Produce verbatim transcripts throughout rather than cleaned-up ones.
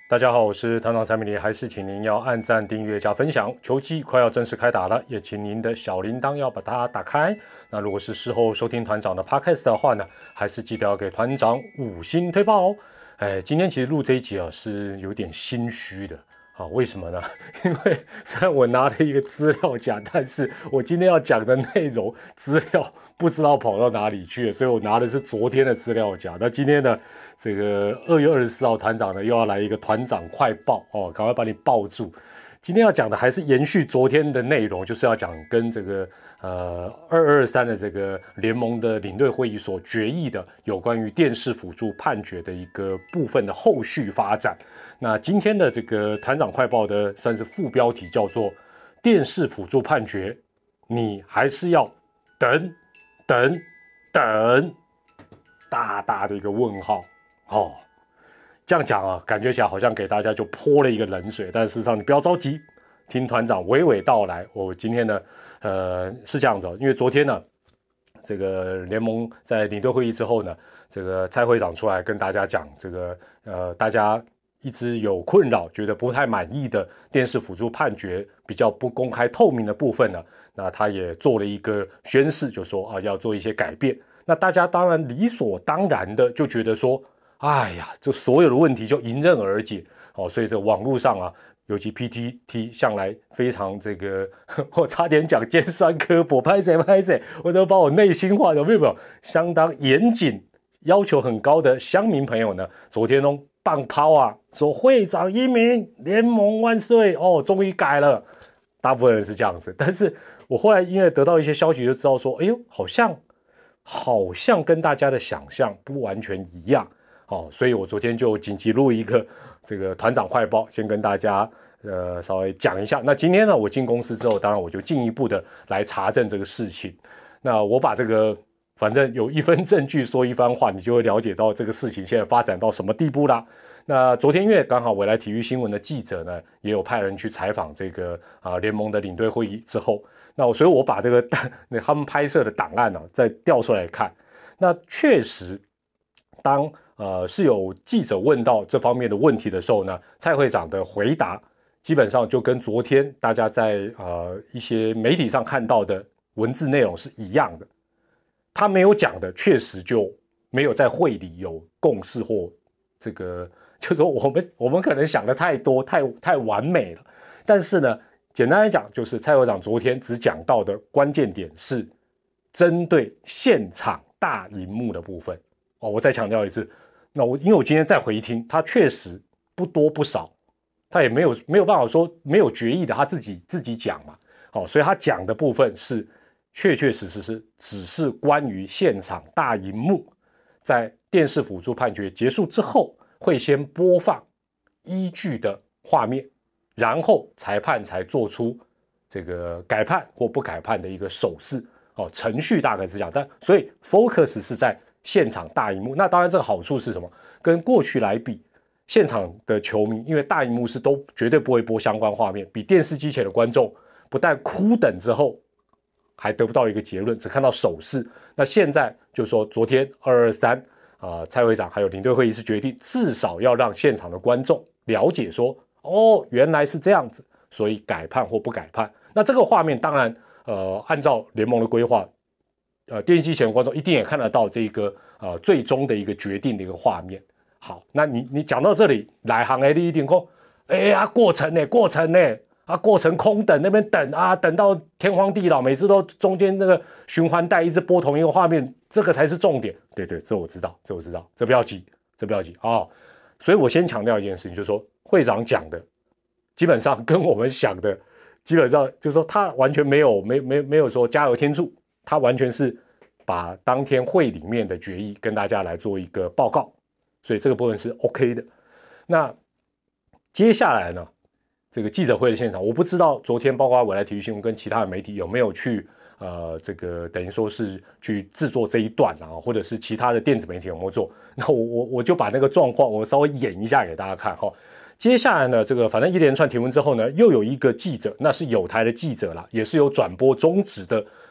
大家好，我是团长蔡明黎，还是请您要按赞、订阅、加分享。球季快要正式开打了，也请您的小铃铛要把它打开。那如果是事后收听团长的 podcast 的话呢，还是记得要给团长五星推爆哦。哎，今天其实录这一集啊是有点心虚的。啊，为什么呢？因为虽然我拿了一个资料夹，但是我今天要讲的内容资料不知道跑到哪里去了，所以我拿的是昨天的资料夹。那今天呢，这个二月二十四号团长呢又要来一个团长快报哦，赶快把你抱住。今天要讲的还是延续昨天的内容，就是要讲跟这个呃二二三的这个联盟的领队会议所决议的有关于电视辅助判决的一个部分的后续发展。那今天的这个团长快报的算是副标题叫做电视辅助判决，你还是要等等等，大大的一个问号哦。这样讲啊，感觉起来好像给大家就泼了一个冷水，但事实上你不要着急，听团长娓娓道来。我今天呢，呃，是这样子，因为昨天呢，这个联盟在领队会议之后呢，这个蔡会长出来跟大家讲，这个呃，大家一直有困扰，觉得不太满意的电视辅助判决比较不公开透明的部分呢，那他也做了一个宣示，就说啊要做一些改变。那大家当然理所当然的就觉得说，哎呀，这所有的问题就迎刃而解哦，所以这网络上啊，尤其 P T T 向来非常这个，我差点讲尖酸刻薄，拍谁拍谁，我都把我内心话有没有没有相当严谨、要求很高的乡民朋友呢，昨天都放炮啊，说会长英明，联盟万岁哦，终于改了。大部分人是这样子，但是我后来因为得到一些消息，就知道说，哎呦，好像好像跟大家的想象不完全一样。哦，所以我昨天就紧急录一个这个团长快报，先跟大家呃稍微讲一下。那今天呢，我进公司之后，当然我就进一步的来查证这个事情。那我把这个反正有一分证据说一番话，你就会了解到这个事情现在发展到什么地步啦。那昨天因为刚好未来体育新闻的记者呢，也有派人去采访这个啊、呃、联盟的领队会议之后，那所以我把这个他们拍摄的档案呢、啊、再调出来看，那确实当呃，是有记者问到这方面的问题的时候呢，蔡会长的回答基本上就跟昨天大家在呃一些媒体上看到的文字内容是一样的。他没有讲的，确实就没有在会里有共识或这个，就是说我们我们可能想的太多，太太完美了。但是呢，简单来讲，就是蔡会长昨天只讲到的关键点是针对现场大荧幕的部分。哦，我再强调一次。那我因为我今天再回听，他确实不多不少，他也没有没有办法说没有决议的，他自己自己讲嘛，好、哦，所以他讲的部分是确确实实是只是关于现场大荧幕，在电视辅助判决结束之后，会先播放依据的画面，然后裁判才做出这个改判或不改判的一个手势，哦，程序大概是这样，但所以 focus 是在现场大荧幕。那当然这个好处是什么？跟过去来比，现场的球迷因为大荧幕是都绝对不会播相关画面，比电视机前的观众不但哭等之后还得不到一个结论，只看到手势。那现在就是说昨天二二三啊，蔡会长还有领队会议是决定至少要让现场的观众了解说，哦，原来是这样子，所以改判或不改判。那这个画面当然呃按照联盟的规划，呃，电视机前的观众一定也看得到这个呃最终的一个决定的一个画面。好，那你你讲到这里，来行的你一定说，哎呀，过程呢，过程呢，啊，过程空等那边等啊，等到天荒地老，每次都中间那个循环带一直播同一个画面，这个才是重点。对对，这我知道，这我知道，这不要急，这不要急啊、哦。所以我先强调一件事情，就是说会长讲的，基本上跟我们想的，基本上就是说他完全没有没没没有说加油添醋。他完全是把当天会里面的决议跟大家来做一个报告，所以这个部分是 OK 的。那接下来呢，这个记者会的现场，我不知道昨天包括未来体育新闻跟其他的媒体有没有去呃这个等于说是去制作这一段啊，或者是其他的电子媒体有没有做？那我我我就把那个状况我稍微演一下给大家看哈。接下来呢，这个反正一连串提问之后呢，又有一个记者，那是有台的记者啦，也是有转播中职的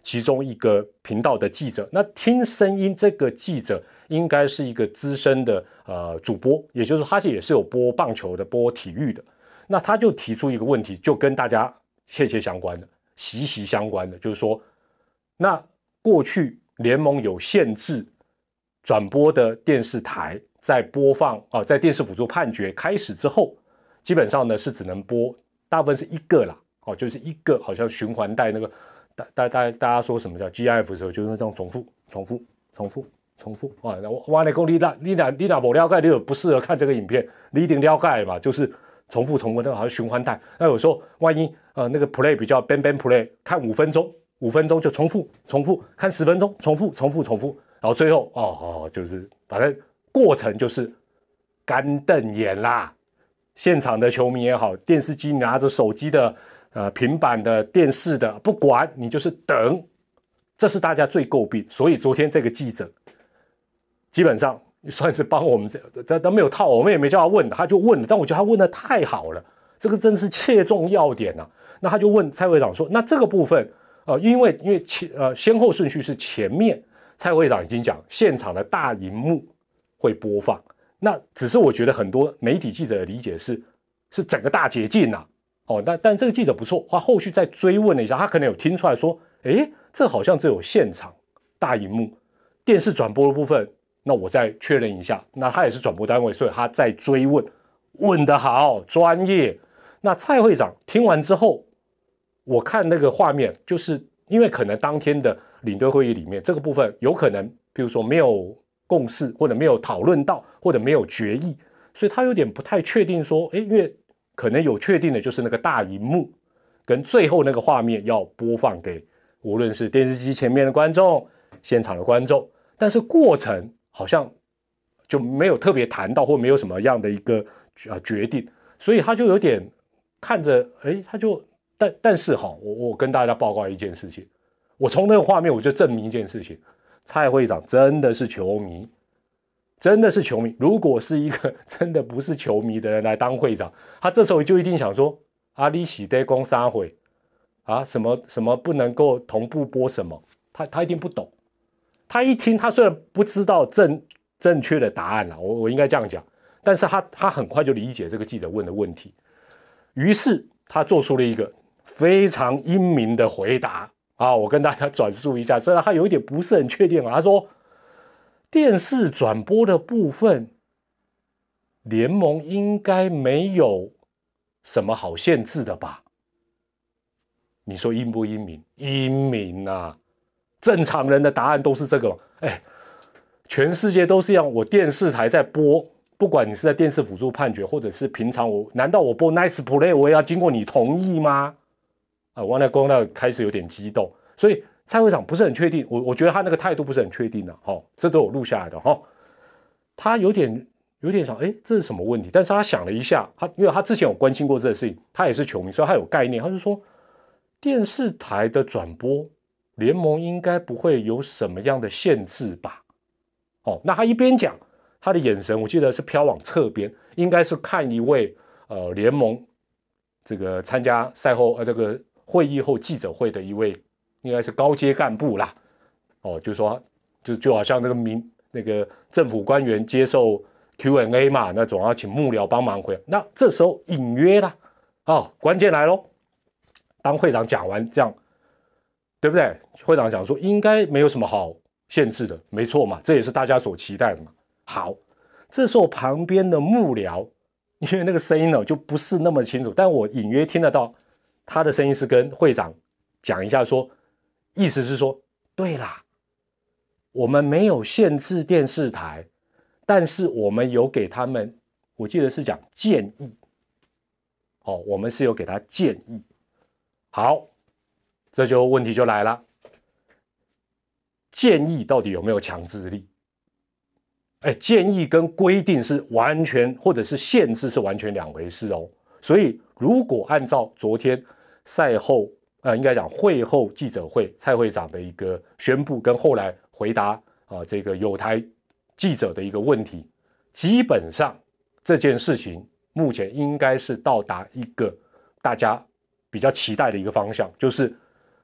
其中一个频道的记者。那听声音这个记者应该是一个资深的呃主播，也就是他也是有播棒球的、播体育的。那他就提出一个问题，就跟大家切切相关的、息息相关的，就是说，那过去联盟有限制转播的电视台在播放啊、呃，在电视辅助判决开始之后，基本上呢是只能播，大部分是一个啦，哦，就是一个好像循环带那个，大大大大家说什么叫 G I F 的时候，就是那种重复、重复、重复、重复啊。我我来讲，你那、你那、你那不了解，你有不适合看这个影片，你一定了解嘛，就是重复、重复，那好像循环带。那有时候万一呃那个 play 比较 bang bang play， 看五分钟，五分钟就重复、重复，看十分钟，重复、重复、重复。然后最后哦哦，就是反正过程就是干瞪眼啦。现场的球迷也好，电视机拿着手机的、呃平板的、电视的，不管你就是等，这是大家最诟病。所以昨天这个记者基本上算是帮我们这，他他没有套，我们也没叫他问，他就问了。但我觉得他问的太好了，这个真是切中要点啊。那他就问蔡会长说：“那这个部分，呃，因为因为前呃先后顺序是前面。”蔡会长已经讲，现场的大荧幕会播放，那只是我觉得很多媒体记者的理解是，是整个大解禁啊，哦，但但这个记者不错，他后续再追问了一下，他可能有听出来说，诶，这好像只有现场大荧幕，电视转播的部分，那我再确认一下，那他也是转播单位，所以他再追问，问得好，专业。那蔡会长听完之后，我看那个画面，就是因为可能当天的领队会议里面这个部分有可能，比如说没有共识，或者没有讨论到，或者没有决议，所以他有点不太确定说，诶，因为可能有确定的就是那个大荧幕跟最后那个画面要播放给无论是电视机前面的观众、现场的观众，但是过程好像就没有特别谈到，或没有什么样的一个呃决定，所以他就有点看着，诶，他就但但是哈，我我跟大家报告一件事情。我从那个画面我就证明一件事情，蔡会长真的是球迷，真的是球迷。如果是一个真的不是球迷的人来当会长，他这时候就一定想说：啊，你是在讲啥话啊？什么什么不能够同步播什么？他他一定不懂。他一听，他虽然不知道正正确的答案啦，我我应该这样讲，但是他他很快就理解这个记者问的问题，于是他做出了一个非常英明的回答。啊，我跟大家转述一下，虽然他有一点不是很确定啊。他说，电视转播的部分，联盟应该没有什么好限制的吧？你说英不英明？英明啊！正常人的答案都是这个。哎，全世界都是一样，我电视台在播，不管你是在电视辅助判决，或者是平常我，难道我播 Nice Play 我也要经过你同意吗？啊，王大公那开始有点激动，所以蔡会长不是很确定，我我觉得他那个态度不是很确定的，哈、哦，这都有录下来的哈、哦。他有点有点想，哎，这是什么问题？但是他想了一下，他因为他之前有关心过这个事情，他也是球迷，所以他有概念，他就说，电视台的转播，联盟应该不会有什么样的限制吧？哦，那他一边讲，他的眼神我记得是飘往侧边，应该是看一位呃联盟这个参加赛后呃这个。会议后记者会的一位应该是高阶干部啦，哦，就说就就好像那个民那个政府官员接受 Q and A 嘛，那总要请幕僚帮忙回。那这时候隐约啦，哦，关键来咯，当会长讲完这样，对不对？会长讲说应该没有什么好限制的，没错嘛，这也是大家所期待的嘛。好，这时候旁边的幕僚，因为那个声音呢就不是那么清楚，但我隐约听得到。他的声音是跟会长讲一下说，意思是说，对啦，我们没有限制电视台，但是我们有给他们，我记得是讲建议，哦，我们是有给他建议。好，这就问题就来了，建议到底有没有强制力？哎，建议跟规定是完全，或者是限制是完全两回事哦。所以，如果按照昨天赛后，呃，应该讲会后记者会蔡会长的一个宣布，跟后来回答啊、呃、这个友台记者的一个问题，基本上这件事情目前应该是到达一个大家比较期待的一个方向，就是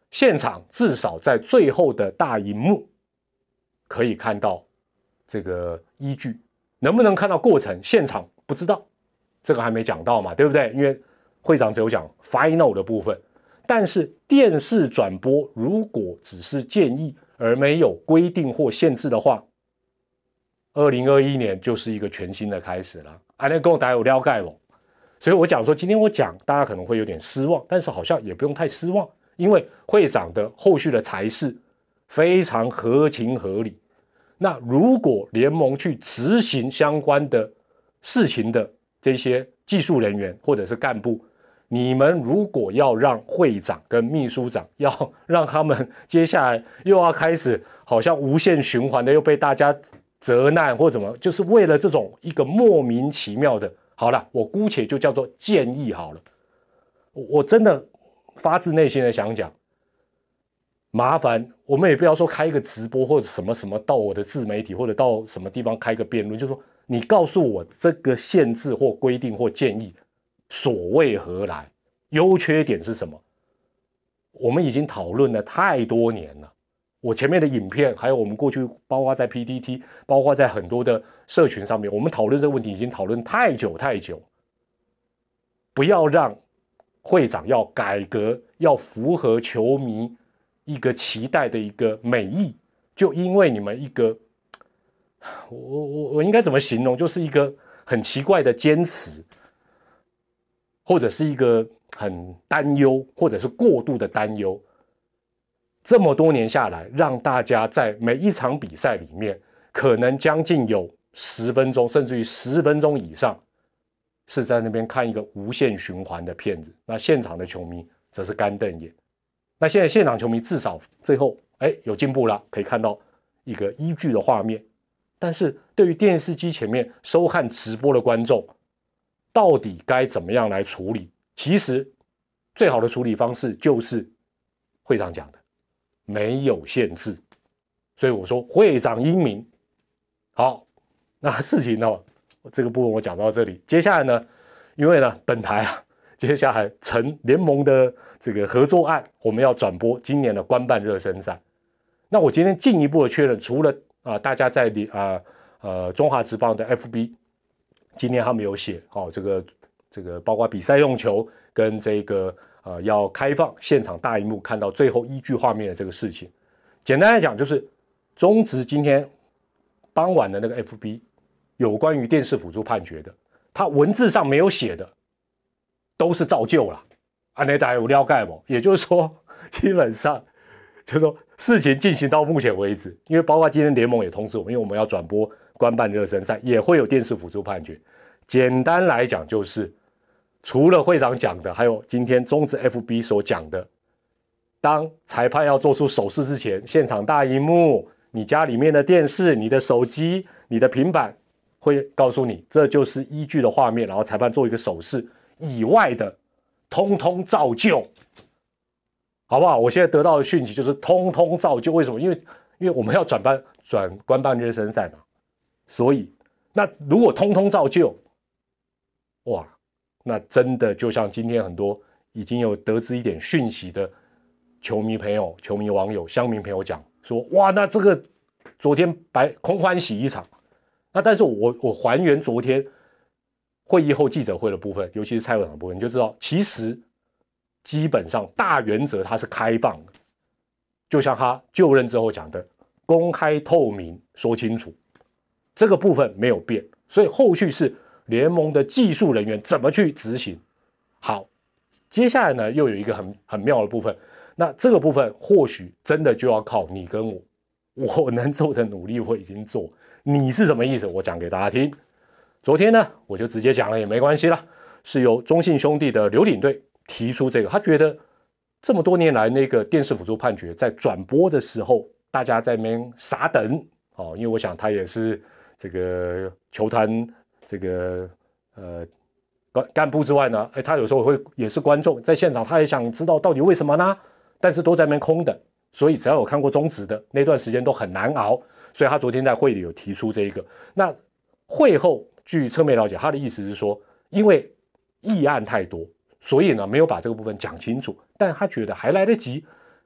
现场至少在最后的大荧幕可以看到这个依据，能不能看到过程，现场不知道，这个还没讲到嘛，对不对？因为会长只有讲 final 的部分，但是电视转播如果只是建议而没有规定或限制的话，二零二一年就是一个全新的开始了。啊，那跟我大家有了解不？所以我讲说，今天我讲，大家可能会有点失望，但是好像也不用太失望，因为会长的后续的裁示非常合情合理。那如果联盟去执行相关的事情的这些技术人员或者是干部，你们如果要让会长跟秘书长，要让他们接下来又要开始好像无限循环的又被大家责难或怎么，就是为了这种一个莫名其妙的，好了，我姑且就叫做建议好了。我真的发自内心的想讲，麻烦我们也不要说开一个直播或者什么什么到我的自媒体或者到什么地方开个辩论，就是说你告诉我这个限制或规定或建议所谓何来，优缺点是什么？我们已经讨论了太多年了。我前面的影片，还有我们过去包括在 P T T， 包括在很多的社群上面，我们讨论这个问题已经讨论太久太久。不要让会长要改革，要符合球迷一个期待的一个美意，就因为你们一个，我我我应该怎么形容？就是一个很奇怪的坚持，或者是一个很担忧，或者是过度的担忧。这么多年下来，让大家在每一场比赛里面，可能将近有十分钟，甚至于十分钟以上，是在那边看一个无限循环的片子。那现场的球迷则是干瞪眼。那现在现场球迷至少最后，哎，有进步了，可以看到一个依据的画面。但是对于电视机前面收看直播的观众，到底该怎么样来处理？其实最好的处理方式就是会长讲的。没有限制，所以我说会长英明。好，那事情呢，这个部分我讲到这里。接下来呢，因为呢，本台啊，接下来成联盟的这个合作案，我们要转播今年的官办热身赛。那我今天进一步的确认，除了啊、呃，大家在啊呃中华职棒的 F B， 今天他们有写，哦，这个这个包括比赛用球跟这个。呃，要开放现场大荧幕看到最后依据画面的这个事情，简单来讲就是中职今天傍晚的那个 F B 有关于电视辅助判决的，它文字上没有写的都是照旧啦。啊，那大家有了解不？也就是说，基本上就是说事情进行到目前为止，因为包括今天联盟也通知我们，因为我们要转播官办热身赛，也会有电视辅助判决。简单来讲就是。除了会长讲的，还有今天中职 F B 所讲的，当裁判要做出手势之前，现场大荧幕、你家里面的电视、你的手机、你的平板会告诉你，这就是依据的画面，然后裁判做一个手势以外的，通通照旧，好不好？我现在得到的讯息就是通通照旧。为什么？因为因为我们要转办转官办热身赛嘛，所以那如果通通照旧，哇！那真的就像今天很多已经有得知一点讯息的球迷朋友、球迷网友、乡民朋友讲说，哇，那这个昨天白空欢喜一场。那但是我我还原昨天会议后记者会的部分，尤其是蔡会长的部分，你就知道，其实基本上大原则它是开放的，就像他就任之后讲的，公开透明说清楚，这个部分没有变，所以后续是。联盟的技术人员怎么去执行？好，接下来呢，又有一个很很妙的部分。那这个部分或许真的就要靠你跟我，我能做的努力我已经做。你是什么意思？我讲给大家听。昨天呢，我就直接讲了，也没关系啦。是由中信兄弟的刘领队提出这个，他觉得这么多年来那个电视辅助判决在转播的时候，大家在那边傻等哦，因为我想他也是这个球团。这个呃干部之外呢，哎，他有时候会也是观众，在现场他也想知道到底为什么呢？但是都在那边空等，所以只要有看过中职的那段时间都很难熬，所以他昨天在会里有提出这一个。那会后据侧面了解，他的意思是说，因为议案太多，所以呢没有把这个部分讲清楚，但他觉得还来得及，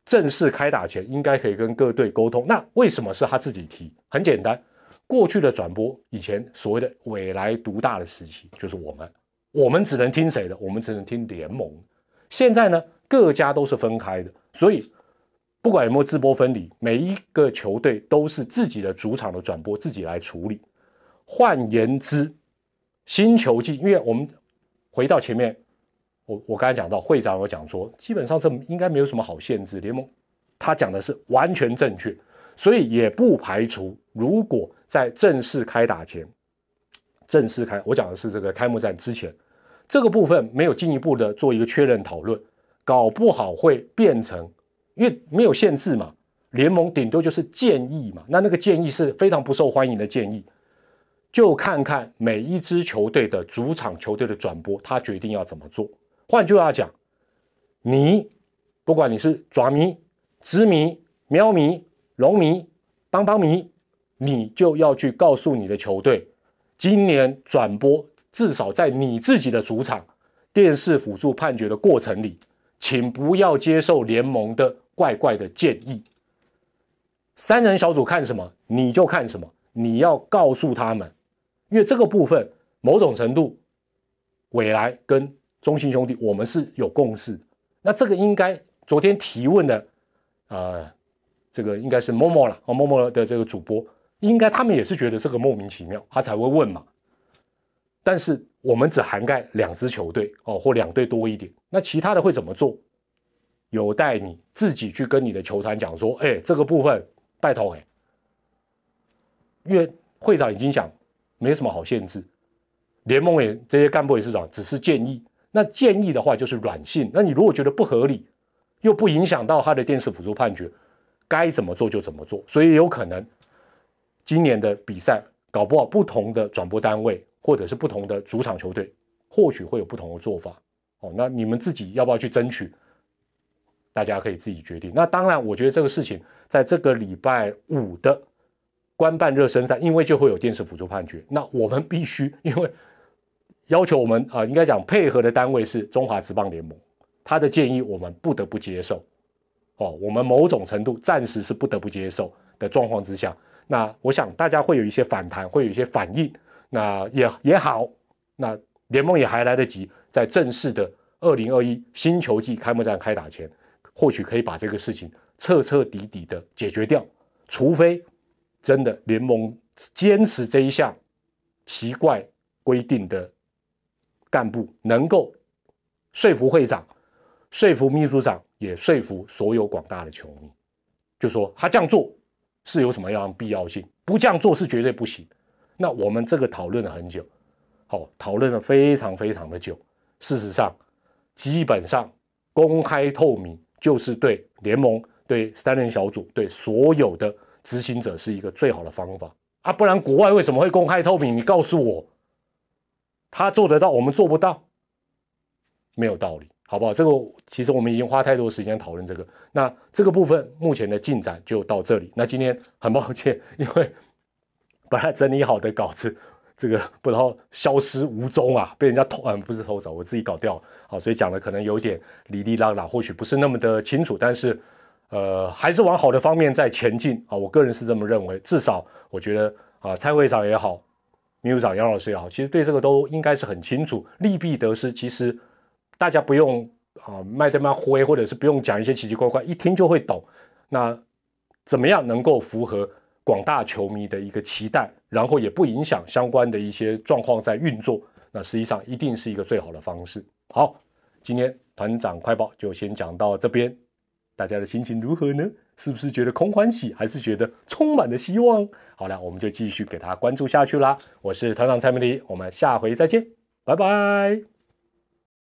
正式开打前应该可以跟各队沟通。那为什么是他自己提？很简单，过去的转播以前所谓的未来独大的时期，就是我们，我们只能听谁的？我们只能听联盟。现在呢，各家都是分开的，所以不管有没有自播分离，每一个球队都是自己的主场的转播自己来处理。换言之，新球季，因为我们回到前面，我我刚才讲到会长有讲说，基本上这应该没有什么好限制，联盟他讲的是完全正确，所以也不排除如果在正式开打前，正式开，我讲的是这个开幕战之前，这个部分没有进一步的做一个确认讨论，搞不好会变成。因为没有限制嘛，联盟顶多就是建议嘛，那那个建议是非常不受欢迎的建议，就看看每一支球队的主场球队的转播，他决定要怎么做。换句话讲，你不管你是爪迷、知迷、喵迷、龙迷、邦邦迷，你就要去告诉你的球队，今年转播至少在你自己的主场电视辅助判决的过程里，请不要接受联盟的怪怪的建议。三人小组看什么你就看什么，你要告诉他们，因为这个部分某种程度未来跟中信兄弟我们是有共识。那这个应该昨天提问的呃，这个应该是 Momo 啦，哦 Momo 的这个主播，应该他们也是觉得这个莫名其妙，他才会问嘛。但是我们只涵盖两支球队哦，或两队多一点，那其他的会怎么做？有待你自己去跟你的球团讲说，哎，这个部分拜托哎，因为会长已经讲没什么好限制，联盟也这些干部也是讲只是建议，那建议的话就是软性，那你如果觉得不合理，又不影响到他的电视辅助判决，该怎么做就怎么做，所以有可能今年的比赛搞不好不同的转播单位或者是不同的主场球队，或许会有不同的做法。哦，那你们自己要不要去争取？大家可以自己决定。那当然，我觉得这个事情在这个礼拜五的官办热身赛，因为就会有电视辅助判决，那我们必须，因为要求我们啊、呃，应该讲配合的单位是中华职棒联盟，他的建议我们不得不接受。哦，我们某种程度暂时是不得不接受的状况之下，那我想大家会有一些反弹，会有一些反应，那也也好，那联盟也还来得及，在正式的二零二一新球季开幕战开打前，或许可以把这个事情彻彻底底的解决掉，除非真的联盟坚持这一项奇怪规定的干部能够说服会长，说服秘书长，也说服所有广大的球迷，就说他这样做是有什么样的必要性，不这样做是绝对不行。那我们这个讨论了很久，好，讨论了非常非常的久。事实上，基本上公开透明就是对联盟、对三人小组、对所有的执行者是一个最好的方法啊！不然国外为什么会公开透明？你告诉我，他做得到，我们做不到，没有道理，好不好？这个其实我们已经花太多时间讨论这个。那这个部分目前的进展就到这里。那今天很抱歉，因为本来整理好的稿子，这个不知道消失无踪啊，被人家偷，嗯，不是偷走，我自己搞掉了，好，所以讲的可能有点哩哩啦啦，或许不是那么的清楚，但是呃，还是往好的方面在前进啊，我个人是这么认为，至少我觉得啊，蔡会长也好，秘书长杨老师也好，其实对这个都应该是很清楚，利弊得失，其实大家不用啊卖对卖灰，或者是不用讲一些奇奇怪怪，一听就会懂。那怎么样能够符合广大球迷的一个期待，然后也不影响相关的一些状况在运作，那实际上一定是一个最好的方式。好，今天团长快报就先讲到这边，大家的心情如何呢？是不是觉得空欢喜，还是觉得充满了希望？好了，我们就继续给他关注下去啦。我是团长蔡明黎，我们下回再见，拜拜。